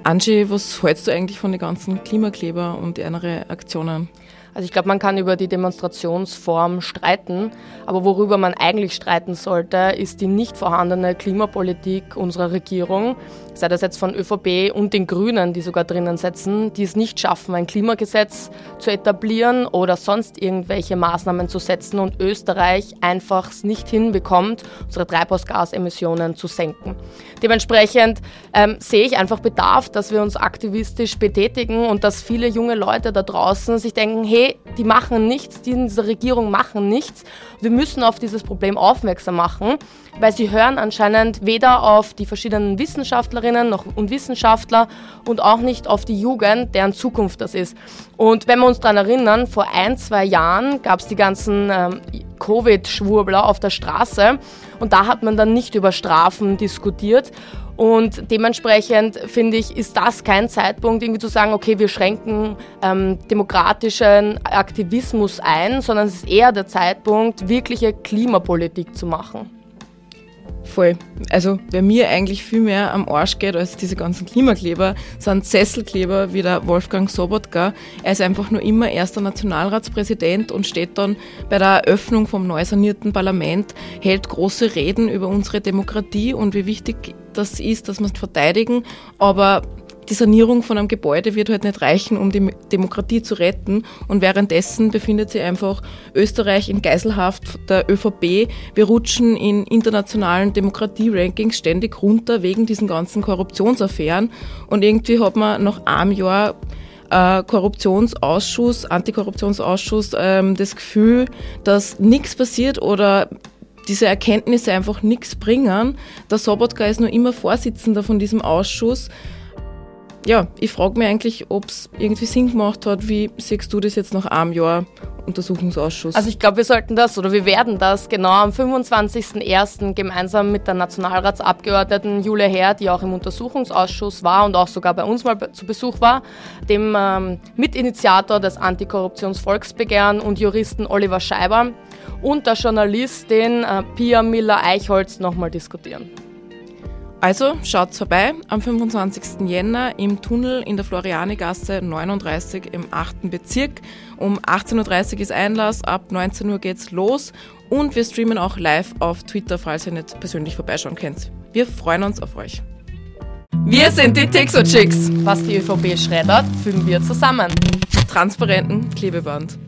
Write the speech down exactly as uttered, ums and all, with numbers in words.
Angie, was hältst du eigentlich von den ganzen Klimakleber und ihre Aktionen? Also ich glaube, man kann über die Demonstrationsform streiten, aber worüber man eigentlich streiten sollte, ist die nicht vorhandene Klimapolitik unserer Regierung, sei das jetzt von ÖVP und den Grünen, die sogar drinnen sitzen, die es nicht schaffen, ein Klimagesetz zu etablieren oder sonst irgendwelche Maßnahmen zu setzen und Österreich einfach es nicht hinbekommt, unsere Treibhausgasemissionen zu senken. Dementsprechend ähm, sehe ich einfach Bedarf, dass wir uns aktivistisch betätigen und dass viele junge Leute da draußen sich denken, hey, die machen nichts, die in dieser Regierung machen nichts. Wir müssen auf dieses Problem aufmerksam machen, weil sie hören anscheinend weder auf die verschiedenen Wissenschaftlerinnen noch und Wissenschaftler und auch nicht auf die Jugend, deren Zukunft das ist. Und wenn wir uns daran erinnern, vor ein, zwei Jahren gab es die ganzen ähm, Covid-Schwurbler auf der Straße und da hat man dann nicht über Strafen diskutiert. Und dementsprechend, finde ich, ist das kein Zeitpunkt, irgendwie zu sagen, okay, wir schränken ähm, demokratischen Aktivismus ein, sondern es ist eher der Zeitpunkt, wirkliche Klimapolitik zu machen. Voll. Also wer mir eigentlich viel mehr am Arsch geht als diese ganzen Klimakleber, sind Sesselkleber wie der Wolfgang Sobotka. Er ist einfach nur immer erster Nationalratspräsident und steht dann bei der Eröffnung vom neu sanierten Parlament, hält große Reden über unsere Demokratie und wie wichtig das ist, dass wir es verteidigen, aber die Sanierung von einem Gebäude wird halt nicht reichen, um die Demokratie zu retten. Und währenddessen befindet sich einfach Österreich in Geiselhaft der ÖVP. Wir rutschen in internationalen Demokratie-Rankings ständig runter wegen diesen ganzen Korruptionsaffären. Und irgendwie hat man nach einem Jahr äh, Korruptionsausschuss, Antikorruptionsausschuss, ähm, das Gefühl, dass nichts passiert oder diese Erkenntnisse einfach nichts bringen. Der Sobotka ist nur immer Vorsitzender von diesem Ausschuss. Ja, ich frage mich eigentlich, ob es irgendwie Sinn gemacht hat. Wie siehst du das jetzt nach einem Jahr Untersuchungsausschuss? Also ich glaube, wir sollten das oder wir werden das genau am fünfundzwanzigsten ersten gemeinsam mit der Nationalratsabgeordneten Julia Herr, die auch im Untersuchungsausschuss war und auch sogar bei uns mal zu Besuch war, dem ähm, Mitinitiator des Antikorruptionsvolksbegehren und Juristen Oliver Scheiber und der Journalistin äh, Pia Miller-Eichholz nochmal diskutieren. Also schaut vorbei am fünfundzwanzigsten Jänner im Tunnel in der Florianigasse neununddreißig im achten Bezirk. Um achtzehn Uhr dreißig ist Einlass, ab neunzehn Uhr geht's los und wir streamen auch live auf Twitter, falls ihr nicht persönlich vorbeischauen könnt. Wir freuen uns auf euch. Wir sind die Tixo Chicks. Was die ÖVP schreddert, fügen wir zusammen. Transparenten Klebeband.